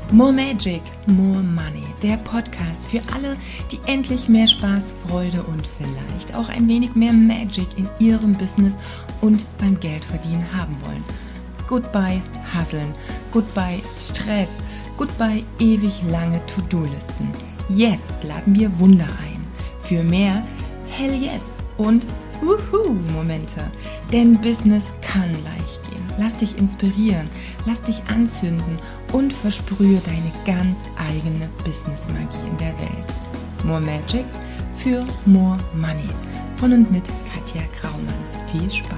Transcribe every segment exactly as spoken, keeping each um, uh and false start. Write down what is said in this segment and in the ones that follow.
More Magic, More Money, der Podcast für alle, die endlich mehr Spaß, Freude und vielleicht auch ein wenig mehr Magic in ihrem Business und beim Geldverdienen haben wollen. Goodbye Hustlen, goodbye Stress, goodbye ewig lange To-Do-Listen. Jetzt laden wir Wunder ein für mehr Hell Yes und Wuhu-Momente, denn Business kann leicht gehen. Lass dich inspirieren, lass dich anzünden und versprühe deine ganz eigene Business-Magie in der Welt. More Magic für More Money. Von und mit Katja Graumann. Viel Spaß!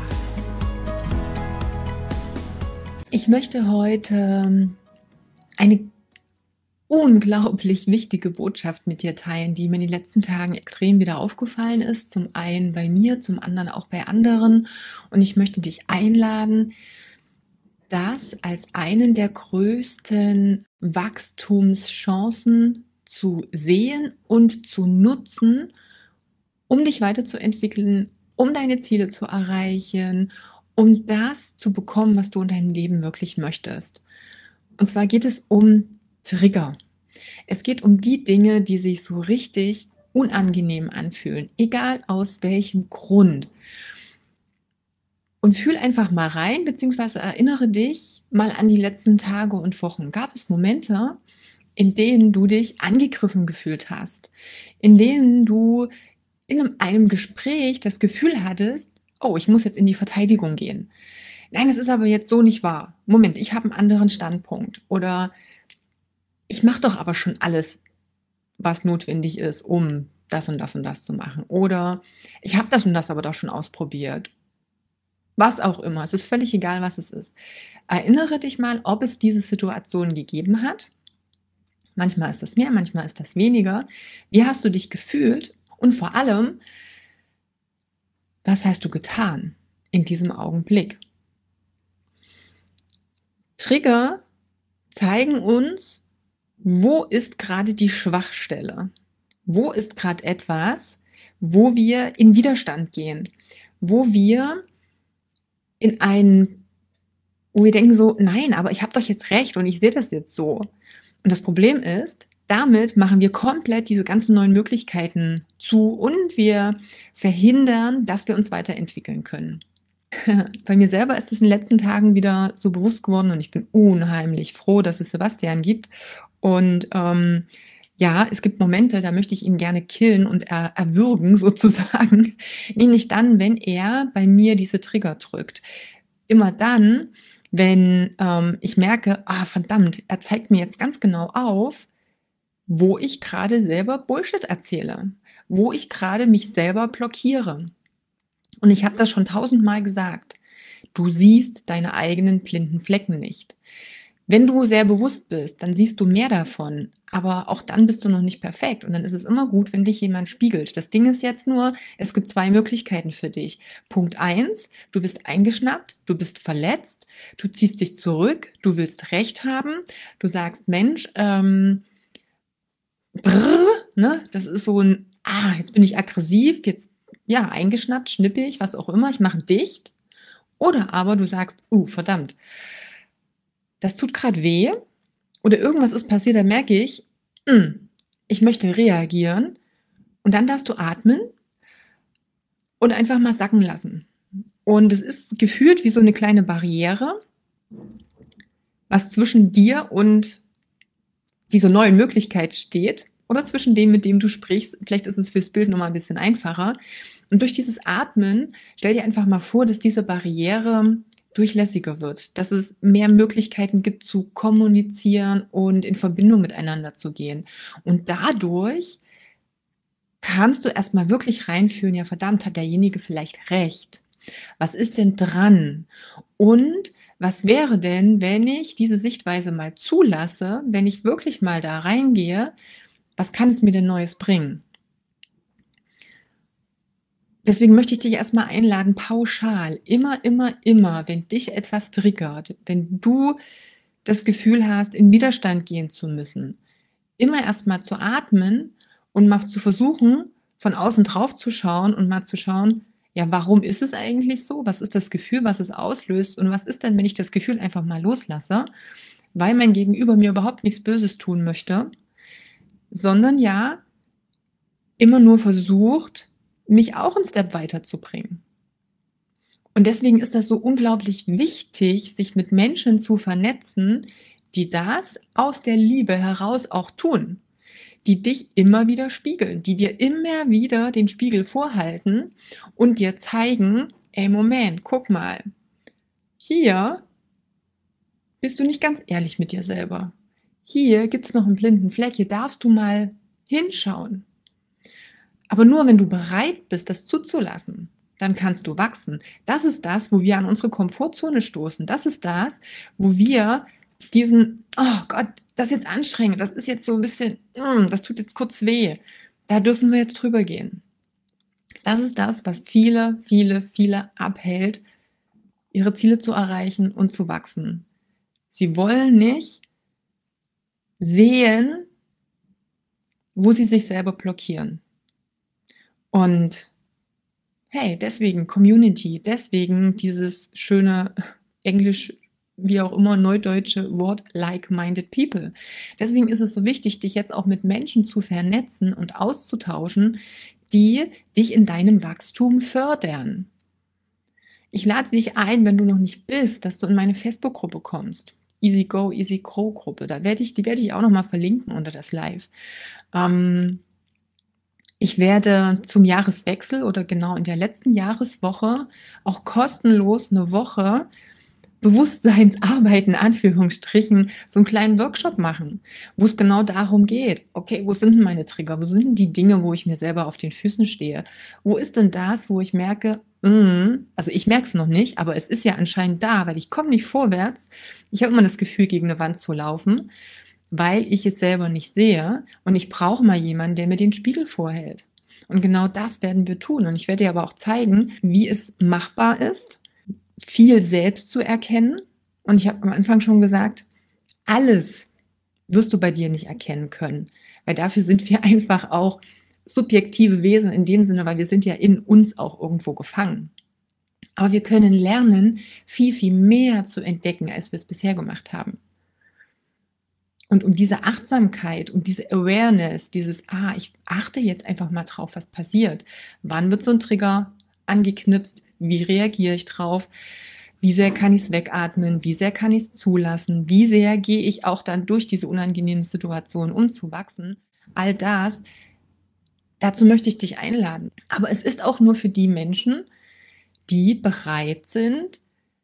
Ich möchte heute eine unglaublich wichtige Botschaft mit dir teilen, die mir in den letzten Tagen extrem wieder aufgefallen ist. Zum einen bei mir, zum anderen auch bei anderen. Und ich möchte dich einladen, das als einen der größten Wachstumschancen zu sehen und zu nutzen, um dich weiterzuentwickeln, um deine Ziele zu erreichen, um das zu bekommen, was du in deinem Leben wirklich möchtest. Und zwar geht es um Trigger. Es geht um die Dinge, die sich so richtig unangenehm anfühlen, egal aus welchem Grund. Und fühl einfach mal rein, beziehungsweise erinnere dich mal an die letzten Tage und Wochen. Gab es Momente, in denen du dich angegriffen gefühlt hast, in denen du in einem Gespräch das Gefühl hattest, oh, ich muss jetzt in die Verteidigung gehen. Nein, das ist aber jetzt so nicht wahr. Moment, ich habe einen anderen Standpunkt. Oder ich mache doch aber schon alles, was notwendig ist, um das und das und das zu machen. Oder ich habe das und das aber doch schon ausprobiert. Was auch immer, es ist völlig egal, was es ist. Erinnere dich mal, ob es diese Situation gegeben hat. Manchmal ist das mehr, manchmal ist das weniger. Wie hast du dich gefühlt? Und vor allem, was hast du getan in diesem Augenblick? Trigger zeigen uns, wo ist gerade die Schwachstelle? Wo ist gerade etwas, wo wir in Widerstand gehen? Wo wir in einen, wo wir denken so, nein, aber ich habe doch jetzt recht und ich sehe das jetzt so. Und das Problem ist, damit machen wir komplett diese ganzen neuen Möglichkeiten zu und wir verhindern, dass wir uns weiterentwickeln können. Bei mir selber ist es in den letzten Tagen wieder so bewusst geworden und ich bin unheimlich froh, dass es Sebastian gibt. Und ähm, ja, es gibt Momente, da möchte ich ihn gerne killen und er, erwürgen sozusagen, nämlich dann, wenn er bei mir diese Trigger drückt. Immer dann, wenn ähm, ich merke, ah verdammt, er zeigt mir jetzt ganz genau auf, wo ich gerade selber Bullshit erzähle, wo ich gerade mich selber blockiere. Und ich habe das schon tausendmal gesagt, du siehst deine eigenen blinden Flecken nicht. Wenn du sehr bewusst bist, dann siehst du mehr davon, aber auch dann bist du noch nicht perfekt und dann ist es immer gut, wenn dich jemand spiegelt. Das Ding ist jetzt nur, es gibt zwei Möglichkeiten für dich. Punkt eins, du bist eingeschnappt, du bist verletzt, du ziehst dich zurück, du willst Recht haben, du sagst, Mensch, ähm, brrr, ne, das ist so ein, ah, jetzt bin ich aggressiv, jetzt, ja, eingeschnappt, schnippig, was auch immer, ich mache dicht. Oder aber du sagst, uh, verdammt, das tut gerade weh oder irgendwas ist passiert, da merke ich, mh, ich möchte reagieren und dann darfst du atmen und einfach mal sacken lassen. Und es ist gefühlt wie so eine kleine Barriere, was zwischen dir und dieser neuen Möglichkeit steht oder zwischen dem, mit dem du sprichst. Vielleicht ist es fürs Bild nochmal ein bisschen einfacher. Und durch dieses Atmen, stell dir einfach mal vor, dass diese Barriere durchlässiger wird, dass es mehr Möglichkeiten gibt zu kommunizieren und in Verbindung miteinander zu gehen. Und dadurch kannst du erstmal wirklich reinfühlen, ja verdammt, hat derjenige vielleicht recht. Was ist denn dran? Und was wäre denn, wenn ich diese Sichtweise mal zulasse, wenn ich wirklich mal da reingehe, was kann es mir denn Neues bringen? Deswegen möchte ich dich erstmal einladen, pauschal, immer, immer, immer, wenn dich etwas triggert, wenn du das Gefühl hast, in Widerstand gehen zu müssen, immer erstmal zu atmen und mal zu versuchen, von außen drauf zu schauen und mal zu schauen, ja, warum ist es eigentlich so? Was ist das Gefühl, was es auslöst? Und was ist denn, wenn ich das Gefühl einfach mal loslasse? weil mein Gegenüber mir überhaupt nichts Böses tun möchte, sondern ja immer nur versucht, mich auch 'n Step weiterzubringen. Und deswegen ist das so unglaublich wichtig, sich mit Menschen zu vernetzen, die das aus der Liebe heraus auch tun, die dich immer wieder spiegeln, die dir immer wieder den Spiegel vorhalten und dir zeigen: „Ey, Moment, guck mal, hier bist du nicht ganz ehrlich mit dir selber. Hier gibt's noch 'n blinden Fleck, hier darfst du mal hinschauen.“ Aber nur wenn du bereit bist, das zuzulassen, dann kannst du wachsen. Das ist das, wo wir an unsere Komfortzone stoßen. Das ist das, wo wir diesen: „Oh Gott, das ist jetzt anstrengend, das ist jetzt so 'n bisschen, hm, das tut jetzt kurz weh. Da dürfen wir jetzt drüber gehen.“ Das ist das, was viele, viele, viele abhält, ihre Ziele zu erreichen und zu wachsen. Sie wollen nicht sehen, wo sie sich selber blockieren. Und hey, deswegen Community, deswegen dieses schöne Englisch, wie auch immer, neudeutsche Wort like-minded people. Deswegen ist es so wichtig, dich jetzt auch mit Menschen zu vernetzen und auszutauschen, die dich in deinem Wachstum fördern. Ich lade dich ein, wenn du noch nicht bist, dass du in meine Facebook-Gruppe kommst. Easy Go, Easy Grow Gruppe. Da werde ich die werde ich auch noch mal verlinken unter das Live. Ähm Ich werde zum Jahreswechsel oder genau in der letzten Jahreswoche auch kostenlos 'ne Woche Bewusstseinsarbeit in Anführungsstrichen, so 'n kleinen Workshop machen, wo's genau darum geht: „Okay, wo sind denn meine Trigger? Wo sind denn die Dinge, wo ich mir selber auf den Füßen stehe? Wo ist denn das, wo ich merke, mhm“ also, ich merke es noch nicht, aber es ist ja anscheinend da, weil ich komme nicht vorwärts. Ich habe immer das Gefühl, gegen 'ne Wand zu laufen, weil ich es selber nicht sehe und ich brauche mal jemanden, der mir den Spiegel vorhält. Und genau das werden wir tun. Und ich werde dir aber auch zeigen, wie es machbar ist, viel selbst zu erkennen. Und ich habe am Anfang schon gesagt, alles wirst du bei dir nicht erkennen können, weil dafür sind wir einfach auch subjektive Wesen in dem Sinne, weil wir sind ja in uns auch irgendwo gefangen. Aber wir können lernen, viel, viel mehr zu entdecken, als wir's bisher gemacht haben. Und um diese Achtsamkeit, um diese Awareness, dieses: „Ah, ich achte jetzt einfach mal drauf, was passiert. Wann wird so 'n Trigger angeknipst? Wie reagiere ich drauf? Wie sehr kann ich's wegatmen? Wie sehr kann ich's zulassen? Wie sehr gehe ich auch dann durch diese unangenehme Situation, um zu wachsen?“ All das dazu möchte ich dich einladen. Aber es ist auch nur für die Menschen, die bereit sind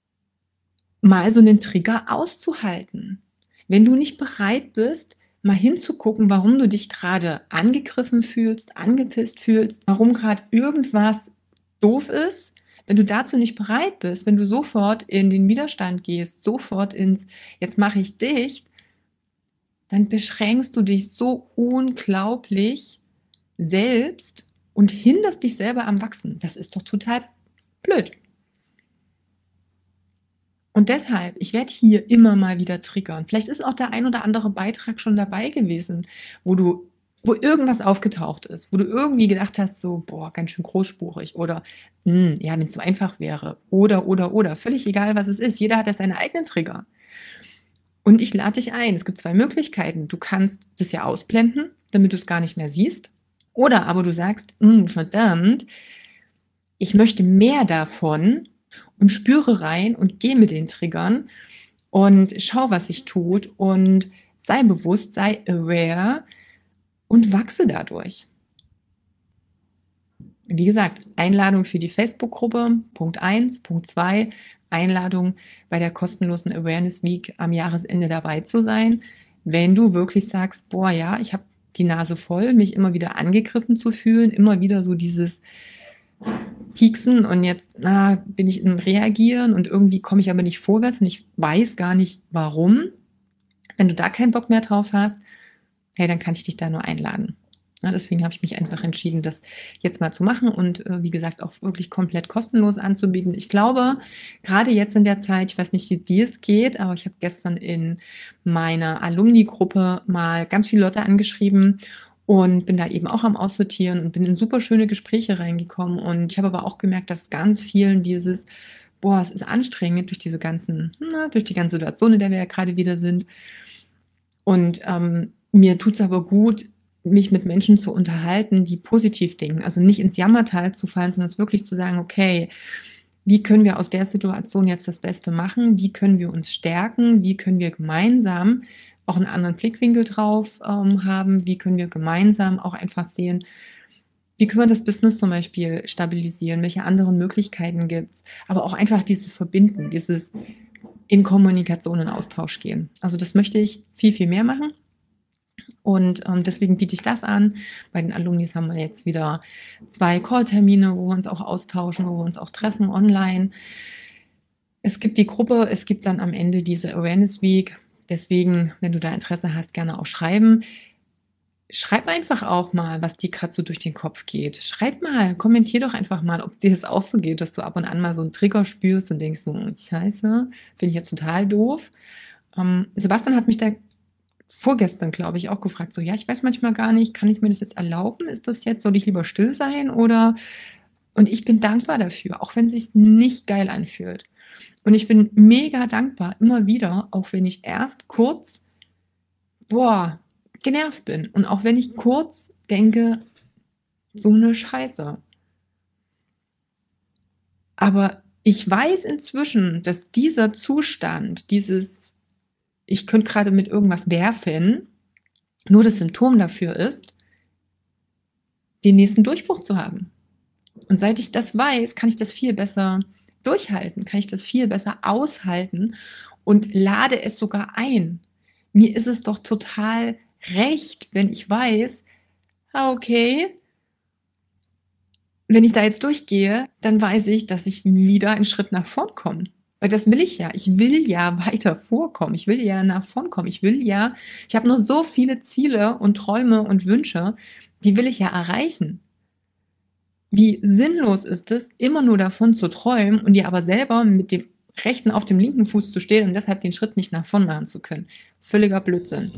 mal so 'nen Trigger auszuhalten. Wenn du nicht bereit bist, mal hinzugucken, warum du dich grade angegriffen fühlst, angepisst fühlst, warum grad irgendwas doof ist, wenn du dazu nicht bereit bist, wenn du sofort in den Widerstand gehst, sofort ins: „Jetzt mache ich dicht“, dann beschränkst du dich so unglaublich selbst und hinderst dich selber am Wachsen. Das ist doch total blöd. Und deshalb, ich werde hier immer mal wieder triggern. Vielleicht ist auch der ein oder andere Beitrag schon dabei gewesen, wo du wo irgendwas aufgetaucht ist, wo du irgendwie gedacht hast, so: „Boah, ganz schön großspurig“ oder: „Hm, ja, wenn's so einfach wäre“ oder, oder, oder. Völlig egal, was es ist. Jeder hat ja seine eigenen Trigger. Und ich lade dich ein. Es gibt zwei Möglichkeiten. Du kannst das ja ausblenden, damit du's gar nicht mehr siehst. Oder aber du sagst: „Hm, verdammt, ich möchte mehr davon und spüre rein und gehe mit den Triggern und schau, was sich tut und sei bewusst, sei aware und wachse dadurch.“ Wie gesagt, Einladung für die Facebook-Gruppe, Punkt eins. Punkt zwei, Einladung, bei der kostenlosen Awareness Week am Jahresende dabei zu sein. Wenn du wirklich sagst: „Boah, ja, ich habe die Nase voll, mich immer wieder angegriffen zu fühlen, immer wieder so dieses Pieksen und jetzt, ah, bin ich im Reagieren und irgendwie komme ich aber nicht vorwärts und ich weiß gar nicht, warum.“ Wenn du da keinen Bock mehr drauf hast, hey, dann kann ich dich da nur einladen. Ne, deswegen habe ich mich einfach entschieden, das jetzt mal zu machen und, äh, wie gesagt, auch wirklich komplett kostenlos anzubieten. Ich glaube, grade jetzt in der Zeit ich weiß nicht, wie dir's geht, aber ich habe gestern in meiner Alumni-Gruppe mal ganz viele Leute angeschrieben und bin da eben auch am Aussortieren und bin in super schöne Gespräche reingekommen. Und ich habe aber auch gemerkt, dass ganz vielen dieses boah, es ist anstrengend durch diese ganzen, na, durch die ganze Situation, in der wir ja gerade wieder sind. Und ähm, mir tut es aber gut, mich mit Menschen zu unterhalten, die positiv denken. Also nicht ins Jammertal zu fallen, sondern es wirklich zu sagen, okay, wie können wir aus der Situation jetzt das Beste machen? Wie können wir uns stärken? Wie können wir gemeinsam auch einen anderen Blickwinkel drauf ähm, haben? Wie können wir gemeinsam auch einfach sehen, wie können wir das Business zum Beispiel stabilisieren? Welche anderen Möglichkeiten gibt es? Aber auch einfach dieses Verbinden, dieses in Kommunikation und Austausch gehen. Also das möchte ich viel, viel mehr machen. Und ähm, deswegen biete ich das an. Bei den Alumnis haben wir jetzt wieder zwei Call-Termine, wo wir uns auch austauschen, wo wir uns auch treffen online. Es gibt die Gruppe, es gibt dann am Ende diese Awareness Week. Deswegen, wenn du da Interesse hast, gerne auch schreiben. Schreib einfach auch mal, was dir gerade so durch den Kopf geht. Schreib mal, kommentier doch einfach mal, ob dir das auch so geht, dass du ab und an mal so einen Trigger spürst und denkst so, scheiße, finde ich jetzt total doof. Ähm, Sebastian hat mich da vorgestern, glaube ich, auch gefragt, so, ja, ich weiß manchmal gar nicht, kann ich mir das jetzt erlauben? Ist das jetzt, soll ich lieber still sein oder? Und ich bin dankbar dafür, auch wenn es sich nicht geil anfühlt. Und ich bin mega dankbar, immer wieder, auch wenn ich erst kurz, boah, genervt bin. Und auch wenn ich kurz denke, so eine Scheiße. Aber ich weiß inzwischen, dass dieser Zustand, dieses, ich könnte gerade mit irgendwas werfen, nur das Symptom dafür ist, den nächsten Durchbruch zu haben. Und seit ich das weiß, kann ich das viel besser durchhalten, kann ich das viel besser aushalten und lade es sogar ein. Mir ist es doch total recht, wenn ich weiß, ah, okay, wenn ich da jetzt durchgehe, dann weiß ich, dass ich wieder einen Schritt nach vorn komme. Weil das will ich ja. Ich will ja weiter vorkommen. Ich will ja nach vorn kommen. Ich will ja, ich habe nur so viele Ziele und Träume und Wünsche, die will ich ja erreichen. Wie sinnlos ist es, immer nur davon zu träumen und dir aber selber mit dem rechten auf dem linken Fuß zu stehen und deshalb den Schritt nicht nach vorn machen zu können. Völliger Blödsinn.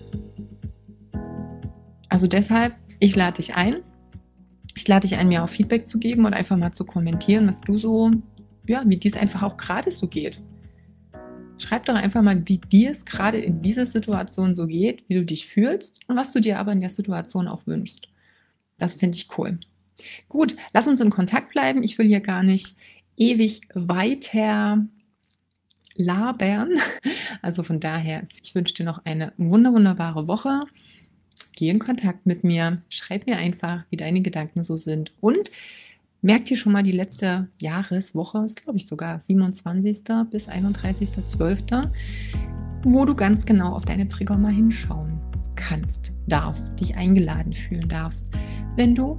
Also deshalb, ich lade dich ein. Ich lade dich ein, mir auch Feedback zu geben und einfach mal zu kommentieren, was du so, ja, wie dir es einfach auch gerade so geht. Schreib doch einfach mal, wie dir es gerade in dieser Situation so geht, wie du dich fühlst und was du dir aber in der Situation auch wünschst. Das finde ich cool. Gut, lass uns in Kontakt bleiben. Ich will hier gar nicht ewig weiter labern. Also von daher, ich wünsche dir noch eine wunder wunderbare Woche. Geh in Kontakt mit mir. Schreib mir einfach, wie deine Gedanken so sind. Und merk dir schon mal die letzte Jahreswoche, ist glaube ich sogar siebenundzwanzigsten bis einunddreißigsten zwölften, wo du ganz genau auf deine Trigger mal hinschauen kannst, darfst, dich eingeladen fühlen darfst, wenn du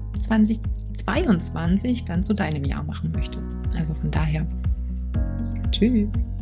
zweitausendzweiundzwanzig dann zu deinem Jahr machen möchtest. Also von daher, tschüss.